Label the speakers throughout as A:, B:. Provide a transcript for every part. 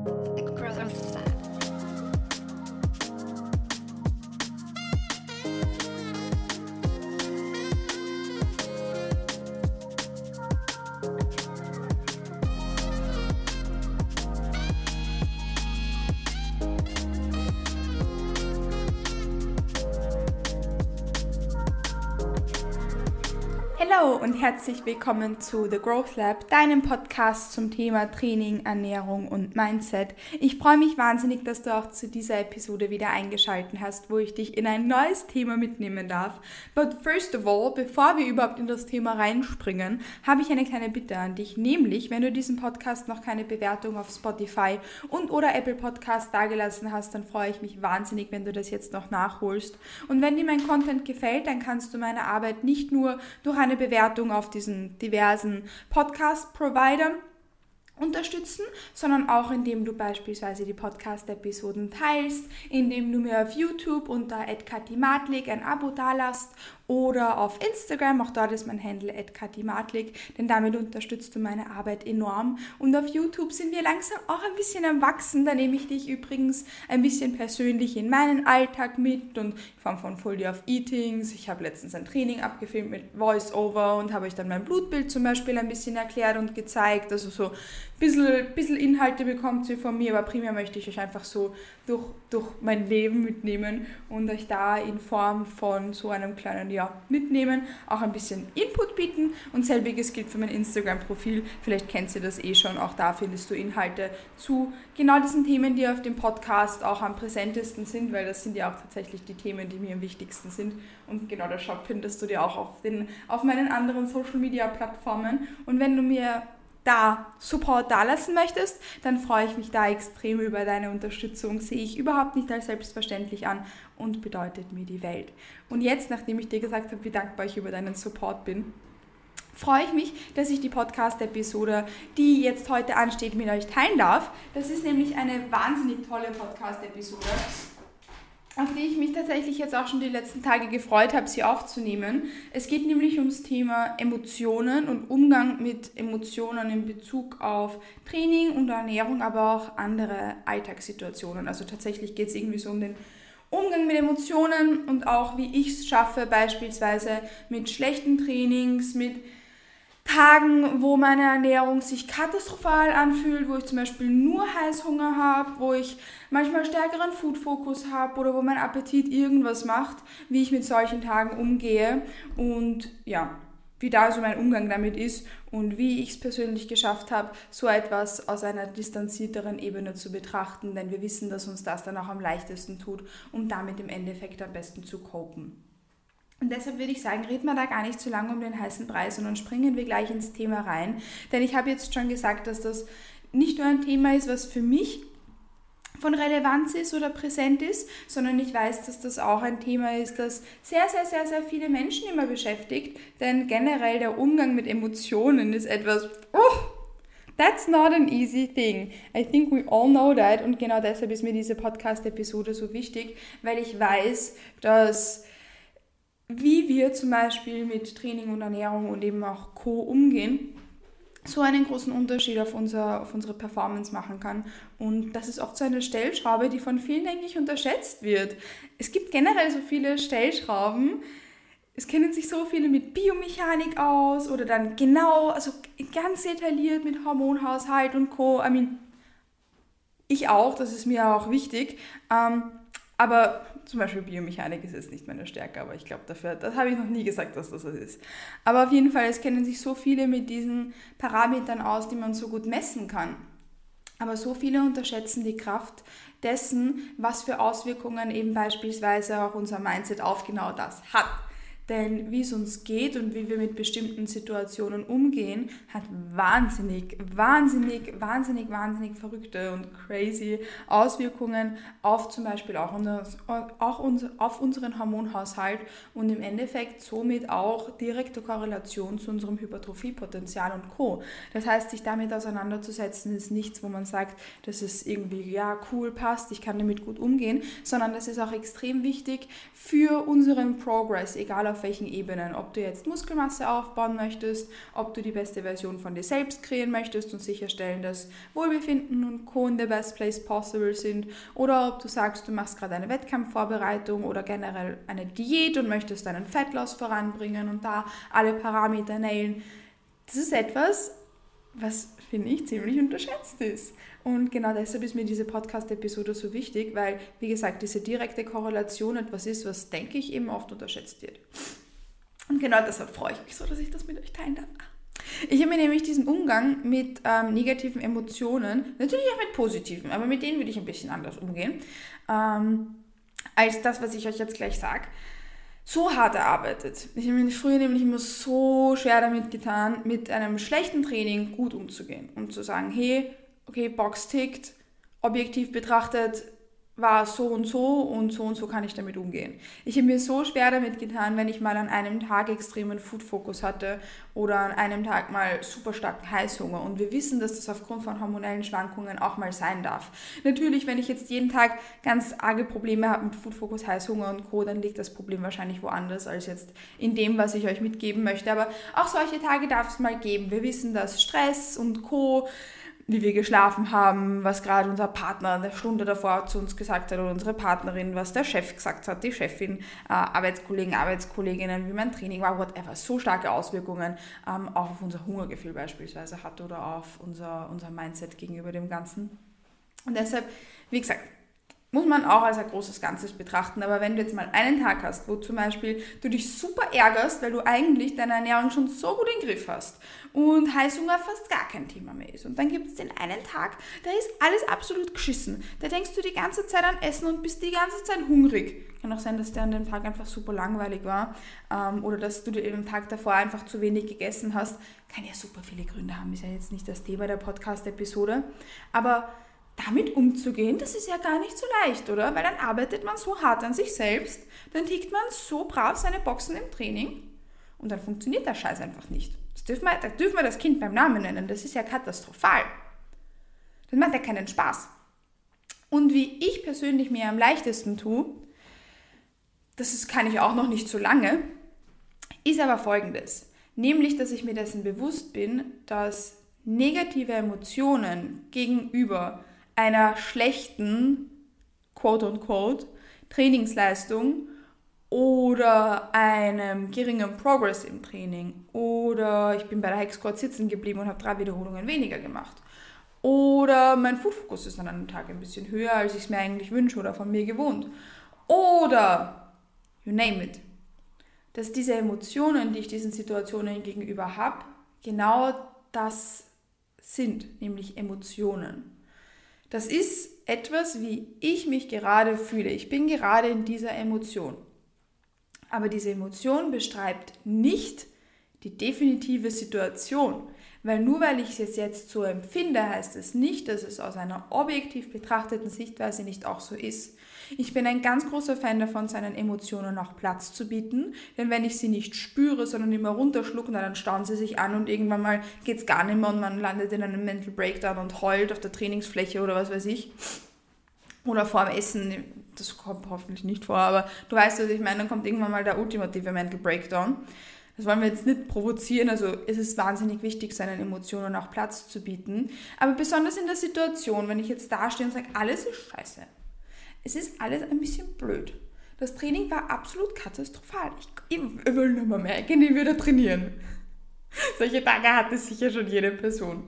A: Hallo und herzlich willkommen zu The Growth Lab, deinem Podcast zum Thema Training, Ernährung und Mindset. Ich freue mich wahnsinnig, dass du auch zu dieser Episode wieder eingeschaltet hast, wo ich dich in ein neues Thema mitnehmen darf. But first of all, bevor wir überhaupt in das Thema reinspringen, habe ich eine kleine Bitte an dich, nämlich, wenn du diesem Podcast noch keine Bewertung auf Spotify und oder Apple Podcast dagelassen hast, dann freue ich mich wahnsinnig, wenn du das jetzt noch nachholst. Und wenn dir mein Content gefällt, dann kannst du meine Arbeit nicht nur durch eine Bewertung auf diesen diversen Podcast-Providern unterstützen, sondern auch indem du beispielsweise die Podcast-Episoden teilst, indem du mir auf YouTube unter @katimatlik ein Abo dalasst oder auf Instagram, auch dort ist mein Handle @katimatlik, denn damit unterstützt du meine Arbeit enorm. Und auf YouTube sind wir langsam auch ein bisschen am Wachsen, da nehme ich dich übrigens ein bisschen persönlich in meinen Alltag mit und in Form von Fully of Eatings. Ich habe letztens ein Training abgefilmt mit Voice-Over und habe euch dann mein Blutbild zum Beispiel ein bisschen erklärt und gezeigt, also so ein bisschen Inhalte bekommt ihr von mir, aber primär möchte ich euch einfach so durch mein Leben mitnehmen und euch da in Form von so einem kleinen mitnehmen, auch ein bisschen Input bieten und selbiges gilt für mein Instagram-Profil, vielleicht kennt ihr das schon, auch da findest du Inhalte zu genau diesen Themen, die auf dem Podcast auch am präsentesten sind, weil das sind ja auch tatsächlich die Themen, die mir am wichtigsten sind und genau der Shop findest du dir auch auf meinen anderen Social-Media-Plattformen und wenn du mir da Support dalassen möchtest, dann freue ich mich da extrem über deine Unterstützung, sehe ich überhaupt nicht als selbstverständlich an und bedeutet mir die Welt. Und jetzt, nachdem ich dir gesagt habe, wie dankbar ich über deinen Support bin, freue ich mich, dass ich die Podcast-Episode, die jetzt heute ansteht, mit euch teilen darf. Das ist nämlich eine wahnsinnig tolle Podcast-Episode, auf die ich mich tatsächlich jetzt auch schon die letzten Tage gefreut habe, sie aufzunehmen. Es geht nämlich ums Thema Emotionen und Umgang mit Emotionen in Bezug auf Training und Ernährung, aber auch andere Alltagssituationen. Also tatsächlich geht es irgendwie so um den Umgang mit Emotionen und auch wie ich es schaffe, beispielsweise mit schlechten Trainings, mit Tagen, wo meine Ernährung sich katastrophal anfühlt, wo ich zum Beispiel nur Heißhunger habe, wo ich manchmal stärkeren Food-Fokus habe oder wo mein Appetit irgendwas macht, wie ich mit solchen Tagen umgehe und ja, wie da so mein Umgang damit ist und wie ich es persönlich geschafft habe, so etwas aus einer distanzierteren Ebene zu betrachten, denn wir wissen, dass uns das dann auch am leichtesten tut, um damit im Endeffekt am besten zu copen. Und deshalb würde ich sagen, reden wir da gar nicht zu lange um den heißen Brei, sondern springen wir gleich ins Thema rein. Denn ich habe jetzt schon gesagt, dass das nicht nur ein Thema ist, was für mich von Relevanz ist oder präsent ist, sondern ich weiß, dass das auch ein Thema ist, das sehr, sehr, sehr, sehr viele Menschen immer beschäftigt. Denn generell der Umgang mit Emotionen ist etwas, that's not an easy thing. I think we all know that. Und genau deshalb ist mir diese Podcast-Episode so wichtig, weil ich weiß, dass wie wir zum Beispiel mit Training und Ernährung und eben auch Co. umgehen, so einen großen Unterschied auf unsere Performance machen kann. Und das ist oft so eine Stellschraube, die von vielen, denke ich, unterschätzt wird. Es gibt generell so viele Stellschrauben. Es kennen sich so viele mit Biomechanik aus oder dann genau, also ganz detailliert mit Hormonhaushalt und Co. Ich auch, das ist mir auch wichtig. Aber zum Beispiel Biomechanik ist jetzt nicht meine Stärke, aber ich glaube das habe ich noch nie gesagt, dass das ist. Aber auf jeden Fall, es kennen sich so viele mit diesen Parametern aus, die man so gut messen kann. Aber so viele unterschätzen die Kraft dessen, was für Auswirkungen eben beispielsweise auch unser Mindset auf genau das hat. Denn wie es uns geht und wie wir mit bestimmten Situationen umgehen, hat wahnsinnig verrückte und crazy Auswirkungen auf zum Beispiel auch auf unseren Hormonhaushalt und im Endeffekt somit auch direkte Korrelation zu unserem Hypertrophiepotenzial und Co. Das heißt, sich damit auseinanderzusetzen, ist nichts, wo man sagt, das ist irgendwie, ja, cool, passt, ich kann damit gut umgehen, sondern das ist auch extrem wichtig für unseren Progress, egal auf auf welchen Ebenen. Ob du jetzt Muskelmasse aufbauen möchtest, ob du die beste Version von dir selbst kreieren möchtest und sicherstellen, dass Wohlbefinden und Co. in the best place possible sind. Oder ob du sagst, du machst gerade eine Wettkampfvorbereitung oder generell eine Diät und möchtest deinen Fettloss voranbringen und da alle Parameter nailen. Das ist etwas, was, finde ich, ziemlich unterschätzt ist. Und genau deshalb ist mir diese Podcast-Episode so wichtig, weil, wie gesagt, diese direkte Korrelation etwas ist, was, denke ich, eben oft unterschätzt wird. Und genau deshalb freue ich mich so, dass ich das mit euch teilen darf. Ich habe mir nämlich diesen Umgang mit negativen Emotionen, natürlich auch mit positiven, aber mit denen würde ich ein bisschen anders umgehen, als das, was ich euch jetzt gleich sage, so hart erarbeitet. Ich habe mir früher nämlich immer so schwer damit getan, mit einem schlechten Training gut umzugehen. Um zu sagen, hey, okay, Box tickt, objektiv betrachtet war so und so kann ich damit umgehen. Ich habe mir so schwer damit getan, wenn ich mal an einem Tag extremen Food-Fokus hatte oder an einem Tag mal super starken Heißhunger. Und wir wissen, dass das aufgrund von hormonellen Schwankungen auch mal sein darf. Natürlich, wenn ich jetzt jeden Tag ganz arge Probleme habe mit Food-Fokus, Heißhunger und Co., dann liegt das Problem wahrscheinlich woanders als jetzt in dem, was ich euch mitgeben möchte. Aber auch solche Tage darf es mal geben. Wir wissen, dass Stress und Co., wie wir geschlafen haben, was gerade unser Partner eine Stunde davor zu uns gesagt hat oder unsere Partnerin, was der Chef gesagt hat, die Chefin, Arbeitskollegen, Arbeitskolleginnen, wie mein Training war, whatever. So starke Auswirkungen auch auf unser Hungergefühl beispielsweise hat oder auf unser Mindset gegenüber dem Ganzen. Und deshalb, wie gesagt, muss man auch als ein großes Ganzes betrachten. Aber wenn du jetzt mal einen Tag hast, wo zum Beispiel du dich super ärgerst, weil du eigentlich deine Ernährung schon so gut im Griff hast und Heißhunger fast gar kein Thema mehr ist. Und dann gibt es den einen Tag, da ist alles absolut geschissen. Da denkst du die ganze Zeit an Essen und bist die ganze Zeit hungrig. Kann auch sein, dass der an dem Tag einfach super langweilig war oder dass du den Tag davor einfach zu wenig gegessen hast. Kann ja super viele Gründe haben, ist ja jetzt nicht das Thema der Podcast-Episode. Aber damit umzugehen, das ist ja gar nicht so leicht, oder? Weil dann arbeitet man so hart an sich selbst, dann tickt man so brav seine Boxen im Training und dann funktioniert der Scheiß einfach nicht. Da dürfen wir das Kind beim Namen nennen, das ist ja katastrophal. Das macht ja keinen Spaß. Und wie ich persönlich mir am leichtesten tue, kann ich auch noch nicht so lange, ist aber Folgendes. Nämlich, dass ich mir dessen bewusst bin, dass negative Emotionen gegenüber einer schlechten, quote-unquote, Trainingsleistung oder einem geringen Progress im Training oder ich bin bei der Hex Squat sitzen geblieben und habe 3 Wiederholungen weniger gemacht oder mein Food-Fokus ist an einem Tag ein bisschen höher, als ich es mir eigentlich wünsche oder von mir gewohnt oder you name it, dass diese Emotionen, die ich diesen Situationen gegenüber habe, genau das sind, nämlich Emotionen. Das ist etwas, wie ich mich gerade fühle. Ich bin gerade in dieser Emotion. Aber diese Emotion beschreibt nicht die definitive Situation. Weil nur weil ich es jetzt so empfinde, heißt es nicht, dass es aus einer objektiv betrachteten Sichtweise nicht auch so ist. Ich bin ein ganz großer Fan davon, seinen Emotionen auch Platz zu bieten, denn wenn ich sie nicht spüre, sondern immer runterschlucke, dann stauen sie sich an und irgendwann mal geht es gar nicht mehr und man landet in einem Mental Breakdown und heult auf der Trainingsfläche oder was weiß ich. Oder vor dem Essen, das kommt hoffentlich nicht vor, aber du weißt, was ich meine, dann kommt irgendwann mal der ultimative Mental Breakdown. Das wollen wir jetzt nicht provozieren, also es ist wahnsinnig wichtig, seinen Emotionen auch Platz zu bieten. Aber besonders in der Situation, wenn ich jetzt dastehe und sage, alles ist scheiße. Es ist alles ein bisschen blöd. Das Training war absolut katastrophal. Ich will nicht mehr, ich kann nie wieder trainieren. Solche Tage hatte sicher schon jede Person.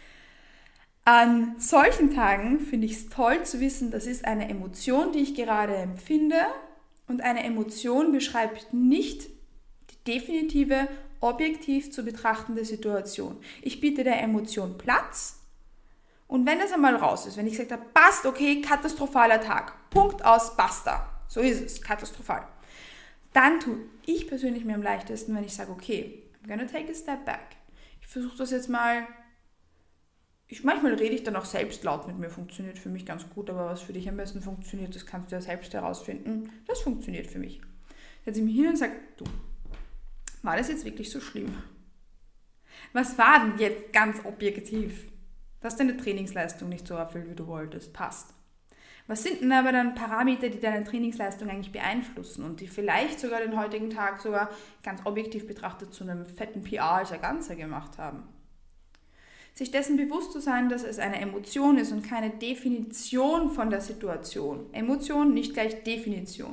A: An solchen Tagen finde ich es toll zu wissen, das ist eine Emotion, die ich gerade empfinde. Und eine Emotion beschreibt nicht die definitive, objektiv zu betrachtende Situation. Ich biete der Emotion Platz. Und wenn das einmal raus ist, wenn ich gesagt habe, passt, okay, katastrophaler Tag, Punkt aus, basta, so ist es, katastrophal, dann tue ich persönlich mir am leichtesten, wenn ich sage, okay, I'm gonna take a step back. Ich versuche das jetzt mal, manchmal rede ich dann auch selbst laut mit mir, funktioniert für mich ganz gut, aber was für dich am besten funktioniert, das kannst du ja selbst herausfinden, das funktioniert für mich. Dann setze ich mich hin und sage, du, war das jetzt wirklich so schlimm? Was war denn jetzt ganz objektiv? Dass deine Trainingsleistung nicht so erfüllt, wie du wolltest, passt. Was sind denn aber dann Parameter, die deine Trainingsleistung eigentlich beeinflussen und die vielleicht sogar den heutigen Tag sogar ganz objektiv betrachtet zu einem fetten PR als ein Ganzer gemacht haben? Sich dessen bewusst zu sein, dass es eine Emotion ist und keine Definition von der Situation. Emotion nicht gleich Definition.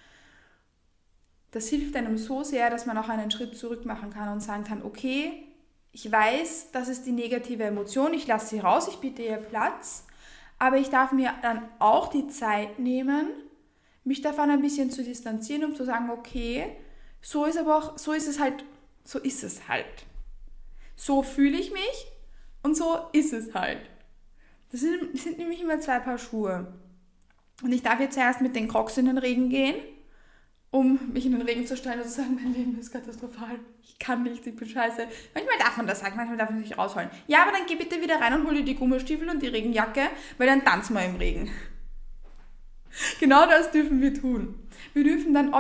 A: Das hilft einem so sehr, dass man auch einen Schritt zurück machen kann und sagen kann, okay, ich weiß, das ist die negative Emotion, ich lasse sie raus, ich biete ihr Platz, aber ich darf mir dann auch die Zeit nehmen, mich davon ein bisschen zu distanzieren, um zu sagen, okay, so ist es halt. So fühle ich mich und so ist es halt. Das sind nämlich immer 2 Paar Schuhe. Und ich darf jetzt erst mit den Crocs in den Regen gehen, um mich in den Regen zu stellen und zu sagen, mein Leben ist katastrophal, ich kann nicht, ich bin scheiße. Manchmal darf man das sagen, manchmal darf man sich rausholen. Ja, aber dann geh bitte wieder rein und hol dir die Gummistiefel und die Regenjacke, weil dann tanzen wir im Regen. Genau das dürfen wir tun. Wir dürfen dann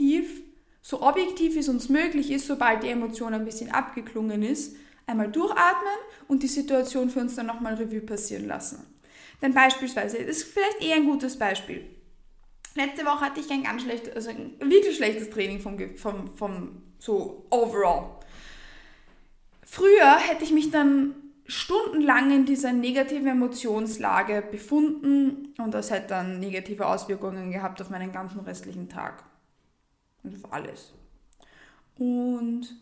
A: so objektiv wie es uns möglich ist, sobald die Emotion ein bisschen abgeklungen ist, einmal durchatmen und die Situation für uns dann nochmal Revue passieren lassen. Denn beispielsweise, das ist vielleicht eher ein gutes Beispiel. Letzte Woche hatte ich ein wirklich schlechtes Training vom so overall. Früher hätte ich mich dann stundenlang in dieser negativen Emotionslage befunden und das hätte dann negative Auswirkungen gehabt auf meinen ganzen restlichen Tag. Und auf alles. Und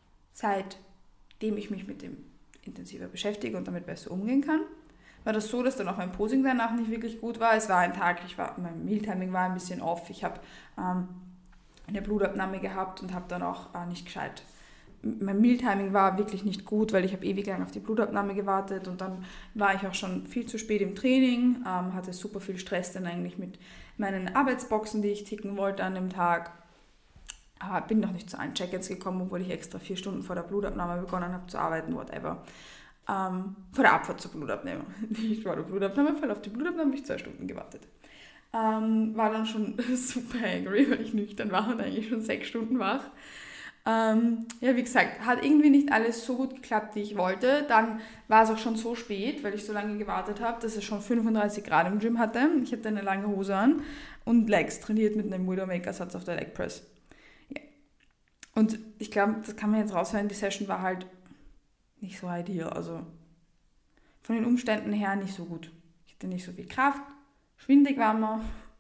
A: seitdem ich mich mit dem intensiver beschäftige und damit besser umgehen kann, war das so, dass dann auch mein Posing danach nicht wirklich gut war. Es war ein Tag, mein Mealtiming war ein bisschen off. Ich habe eine Blutabnahme gehabt und habe dann auch nicht gescheit. Mein Mealtiming war wirklich nicht gut, weil ich habe ewig lang auf die Blutabnahme gewartet und dann war ich auch schon viel zu spät im Training, hatte super viel Stress dann eigentlich mit meinen Arbeitsboxen, die ich ticken wollte an dem Tag. Aber bin noch nicht zu allen Check-ins gekommen, obwohl ich extra 4 Stunden vor der Blutabnahme begonnen habe zu arbeiten, whatever. Vor der Abfahrt zur Blutabnahme. Nicht vor der Blutabnahme, weil auf die Blutabnahme habe ich 2 Stunden gewartet. War dann schon super angry, weil ich nüchtern war und eigentlich schon 6 Stunden wach. Wie gesagt, hat irgendwie nicht alles so gut geklappt, wie ich wollte. Dann war es auch schon so spät, weil ich so lange gewartet habe, dass es schon 35 Grad im Gym hatte. Ich hatte eine lange Hose an und Legs trainiert mit einem Widowmaker-Satz auf der Leg Press. Ja. Und ich glaube, das kann man jetzt raushören, die Session war halt nicht so ideal, also von den Umständen her nicht so gut. Ich hatte nicht so viel Kraft, schwindig war mir,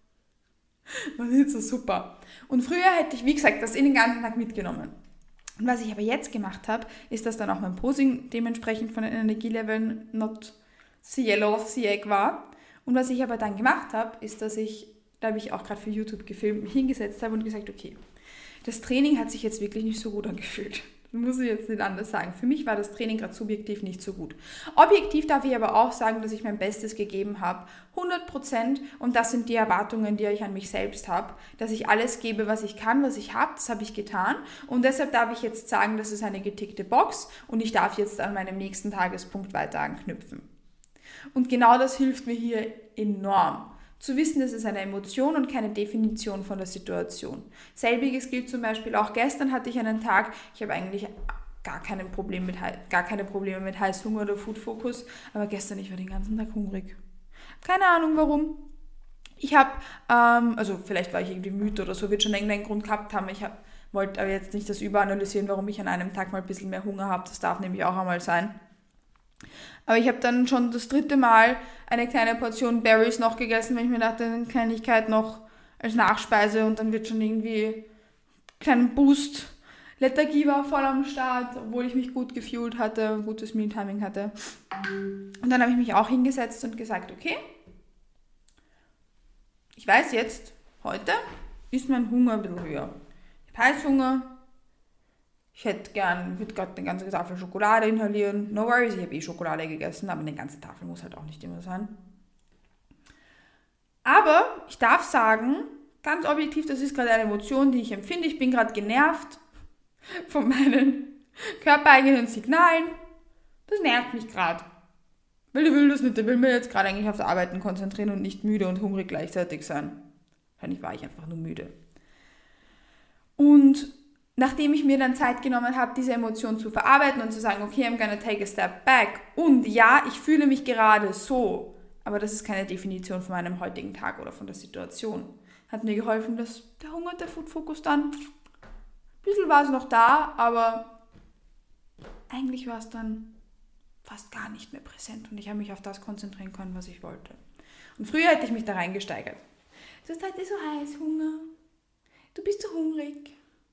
A: war nicht so super. Und früher hätte ich, wie gesagt, das in den ganzen Tag mitgenommen. Und was ich aber jetzt gemacht habe, ist, dass dann auch mein Posing dementsprechend von den Energieleveln not the yellow of the egg war. Und was ich aber dann gemacht habe, ist, dass ich, da habe ich auch gerade für YouTube gefilmt, mich hingesetzt habe und gesagt, okay, das Training hat sich jetzt wirklich nicht so gut angefühlt. Muss ich jetzt nicht anders sagen. Für mich war das Training gerade subjektiv nicht so gut. Objektiv darf ich aber auch sagen, dass ich mein Bestes gegeben habe. 100%. Und das sind die Erwartungen, die ich an mich selbst habe. Dass ich alles gebe, was ich kann, was ich habe. Das habe ich getan. Und deshalb darf ich jetzt sagen, das ist eine getickte Box. Und ich darf jetzt an meinem nächsten Tagespunkt weiter anknüpfen. Und genau das hilft mir hier enorm. Zu wissen, das ist eine Emotion und keine Definition von der Situation. Selbiges gilt zum Beispiel auch, gestern hatte ich einen Tag, ich habe eigentlich gar keine Probleme mit Heißhunger oder Food-Fokus, aber gestern, ich war den ganzen Tag hungrig. Keine Ahnung warum. Ich habe, also vielleicht war ich irgendwie müde oder so, wird schon irgendeinen Grund gehabt haben. Ich wollte aber jetzt nicht das überanalysieren, warum ich an einem Tag mal ein bisschen mehr Hunger habe. Das darf nämlich auch einmal sein. Aber ich habe dann schon das 3. Mal eine kleine Portion Berries noch gegessen, weil ich mir dachte, eine Kleinigkeit noch als Nachspeise und dann wird schon irgendwie einen kleinen Boost. Lethargie war voll am Start, obwohl ich mich gut gefühlt hatte, ein gutes Mealtiming hatte. Und dann habe ich mich auch hingesetzt und gesagt, okay, ich weiß jetzt, heute ist mein Hunger ein bisschen höher. Ich habe Heißhunger. Ich würde gerade eine ganze Tafel Schokolade inhalieren. No worries, ich habe Schokolade gegessen, aber eine ganze Tafel muss halt auch nicht immer sein. Aber ich darf sagen, ganz objektiv, das ist gerade eine Emotion, die ich empfinde. Ich bin gerade genervt von meinen körpereigenen Signalen. Das nervt mich gerade. Weil ich will das nicht, ich will mir jetzt gerade eigentlich aufs Arbeiten konzentrieren und nicht müde und hungrig gleichzeitig sein. Wahrscheinlich war ich einfach nur müde. Und nachdem ich mir dann Zeit genommen habe, diese Emotion zu verarbeiten und zu sagen, okay, I'm gonna take a step back und ja, ich fühle mich gerade so, Aber das ist keine Definition von meinem heutigen Tag oder von der Situation. Hat mir geholfen, dass der Hunger und der Food Focus dann, ein bisschen war es noch da, aber eigentlich war es dann fast gar nicht mehr präsent und ich habe mich auf das konzentrieren können, was ich wollte. Und früher hätte ich mich da reingesteigert. Es ist heute so heiß, Hunger. Du bist so hungrig.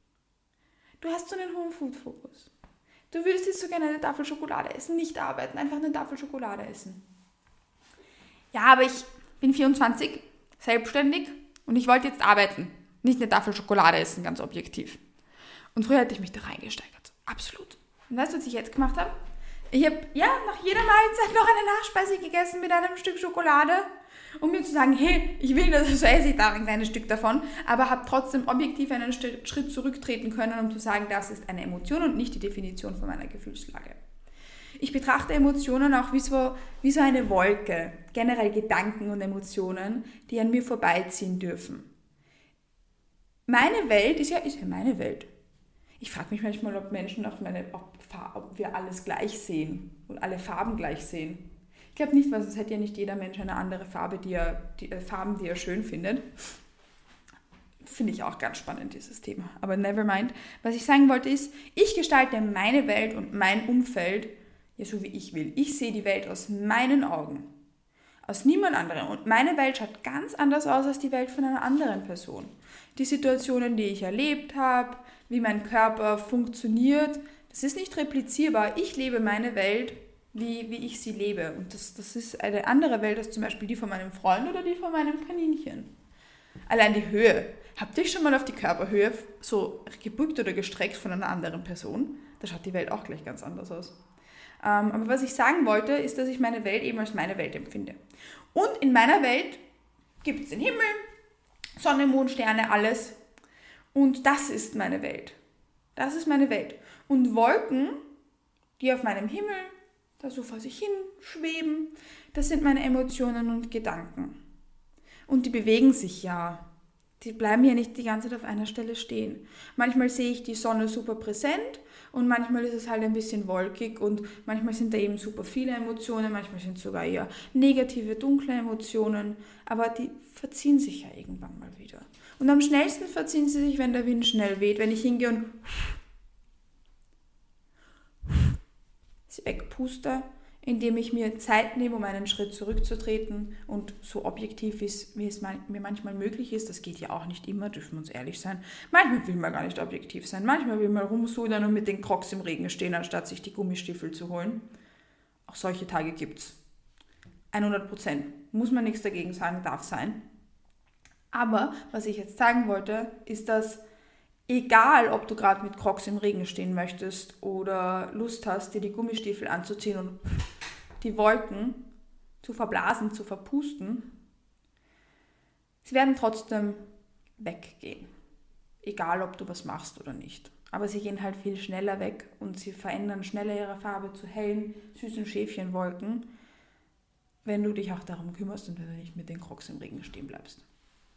A: Du hast so einen hohen Food Focus. Du würdest jetzt so gerne eine Tafel Schokolade essen, nicht arbeiten, einfach eine Tafel Schokolade essen. Ja, aber ich bin 24, selbstständig und ich wollte jetzt arbeiten, nicht eine Tafel Schokolade essen, ganz objektiv. Und früher hätte ich mich da reingesteigert, absolut. Und weißt du, was ich jetzt gemacht habe? Ich habe nach jeder Mahlzeit noch eine Nachspeise gegessen mit einem Stück Schokolade, um mir zu sagen, hey, ich will das, so esse ich da ein kleines Stück davon, aber habe trotzdem objektiv einen Schritt zurücktreten können, um zu sagen, das ist eine Emotion und nicht die Definition von meiner Gefühlslage. Ich betrachte Emotionen auch wie so eine Wolke, generell Gedanken und Emotionen, die an mir vorbeiziehen dürfen. Meine Welt ist ja meine Welt. Ich frage mich manchmal, ob Menschen ob wir alles gleich sehen und alle Farben gleich sehen. Ich glaube nicht, weil sonst hätte ja nicht jeder Mensch eine andere Farbe, Farben, die er schön findet. Finde ich auch ganz spannend, dieses Thema. Aber never mind. Was ich sagen wollte ist, ich gestalte meine Welt und mein Umfeld ja so, wie ich will. Ich sehe die Welt aus meinen Augen. Aus niemand anderem. Und meine Welt schaut ganz anders aus als die Welt von einer anderen Person. Die Situationen, die ich erlebt habe, wie mein Körper funktioniert, das ist nicht replizierbar. Ich lebe meine Welt, wie ich sie lebe. Und das ist eine andere Welt als zum Beispiel die von meinem Freund oder die von meinem Kaninchen. Allein die Höhe. Habt ihr schon mal auf die Körperhöhe so gebückt oder gestreckt von einer anderen Person? Da schaut die Welt auch gleich ganz anders aus. Aber was ich sagen wollte, ist, dass ich meine Welt eben als meine Welt empfinde. Und in meiner Welt gibt es den Himmel, Sonne, Mond, Sterne, alles. Und das ist meine Welt. Das ist meine Welt. Und Wolken, die auf meinem Himmel da so vor sich hin schweben, das sind meine Emotionen und Gedanken. Und die bewegen sich ja. Die bleiben ja nicht die ganze Zeit auf einer Stelle stehen. Manchmal sehe ich die Sonne super präsent und manchmal ist es halt ein bisschen wolkig und manchmal sind da eben super viele Emotionen, manchmal sind es sogar eher negative, dunkle Emotionen, aber die verziehen sich ja irgendwann mal wieder. Und am schnellsten verziehen sie sich, wenn der Wind schnell weht, wenn ich hingehe und sie wegpuste, indem ich mir Zeit nehme, um einen Schritt zurückzutreten und so objektiv, wie es mir manchmal möglich ist, das geht ja auch nicht immer, dürfen wir uns ehrlich sein. Manchmal will man gar nicht objektiv sein, manchmal will man rumsudern und mit den Crocs im Regen stehen, anstatt sich die Gummistiefel zu holen. Auch solche Tage gibt's. 100%. Muss man nichts dagegen sagen, darf sein. Aber was ich jetzt sagen wollte, ist, dass egal, ob du gerade mit Crocs im Regen stehen möchtest oder Lust hast, dir die Gummistiefel anzuziehen und die Wolken zu verblasen, zu verpusten, sie werden trotzdem weggehen. Egal, ob du was machst oder nicht. Aber sie gehen halt viel schneller weg und sie verändern schneller ihre Farbe zu hellen, süßen Schäfchenwolken, wenn du dich auch darum kümmerst und wenn du nicht mit den Crocs im Regen stehen bleibst.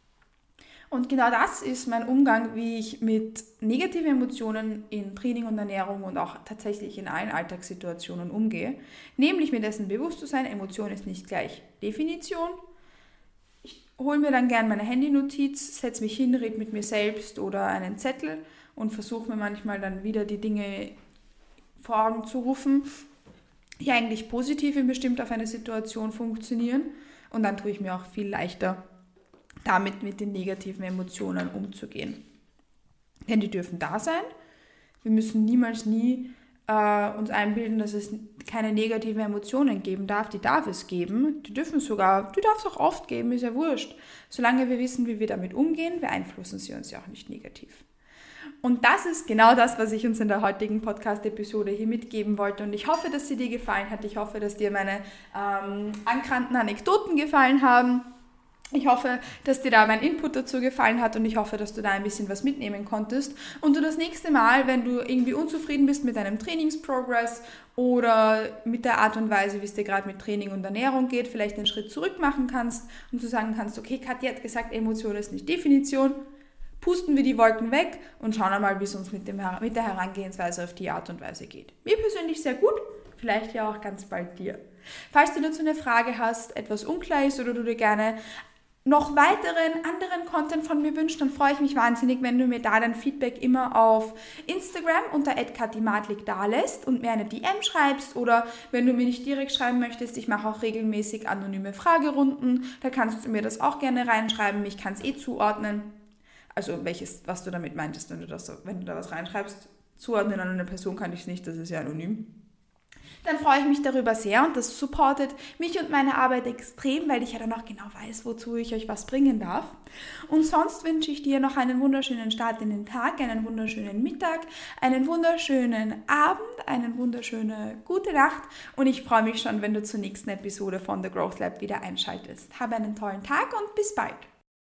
A: Und genau das ist mein Umgang, wie ich mit negativen Emotionen in Training und Ernährung und auch tatsächlich in allen Alltagssituationen umgehe. Nämlich mir dessen bewusst zu sein, Emotion ist nicht gleich Definition. Ich hole mir dann gerne meine Handynotiz, setze mich hin, rede mit mir selbst oder einen Zettel und versuche mir manchmal dann wieder die Dinge vor Augen zu rufen, die eigentlich positiv und bestimmt auf eine Situation funktionieren. Und dann tue ich mir auch viel leichter, damit mit den negativen Emotionen umzugehen. Denn die dürfen da sein. Wir müssen niemals uns einbilden, dass es keine negativen Emotionen geben darf. Die darf es geben. Die darf es auch oft geben, ist ja wurscht. Solange wir wissen, wie wir damit umgehen, beeinflussen sie uns ja auch nicht negativ. Und das ist genau das, was ich uns in der heutigen Podcast-Episode hier mitgeben wollte. Und ich hoffe, dass sie dir gefallen hat. Ich hoffe, dass dir meine ankannten Anekdoten gefallen haben. Ich hoffe, dass dir da mein Input dazu gefallen hat und ich hoffe, dass du da ein bisschen was mitnehmen konntest und du das nächste Mal, wenn du irgendwie unzufrieden bist mit deinem Trainingsprogress oder mit der Art und Weise, wie es dir gerade mit Training und Ernährung geht, vielleicht einen Schritt zurück machen kannst und du sagen kannst, okay, Katja hat gesagt, Emotion ist nicht Definition, pusten wir die Wolken weg und schauen einmal, wie es uns mit der Herangehensweise auf die Art und Weise geht. Mir persönlich sehr gut, vielleicht ja auch ganz bald dir. Falls du dazu eine Frage hast, etwas unklar ist oder du dir gerne noch anderen Content von mir wünschst, dann freue ich mich wahnsinnig, wenn du mir da dein Feedback immer auf Instagram unter @katimatlik dalässt und mir eine DM schreibst, oder wenn du mir nicht direkt schreiben möchtest, ich mache auch regelmäßig anonyme Fragerunden, da kannst du mir das auch gerne reinschreiben, ich kann es zuordnen, also was du damit meintest, wenn du da was reinschreibst, zuordnen an eine Person kann ich es nicht, das ist ja anonym. Dann freue ich mich darüber sehr und das supportet mich und meine Arbeit extrem, weil ich ja dann auch genau weiß, wozu ich euch was bringen darf. Und sonst wünsche ich dir noch einen wunderschönen Start in den Tag, einen wunderschönen Mittag, einen wunderschönen Abend, eine wunderschöne gute Nacht und ich freue mich schon, wenn du zur nächsten Episode von The Growth Lab wieder einschaltest. Habe einen tollen Tag und bis bald!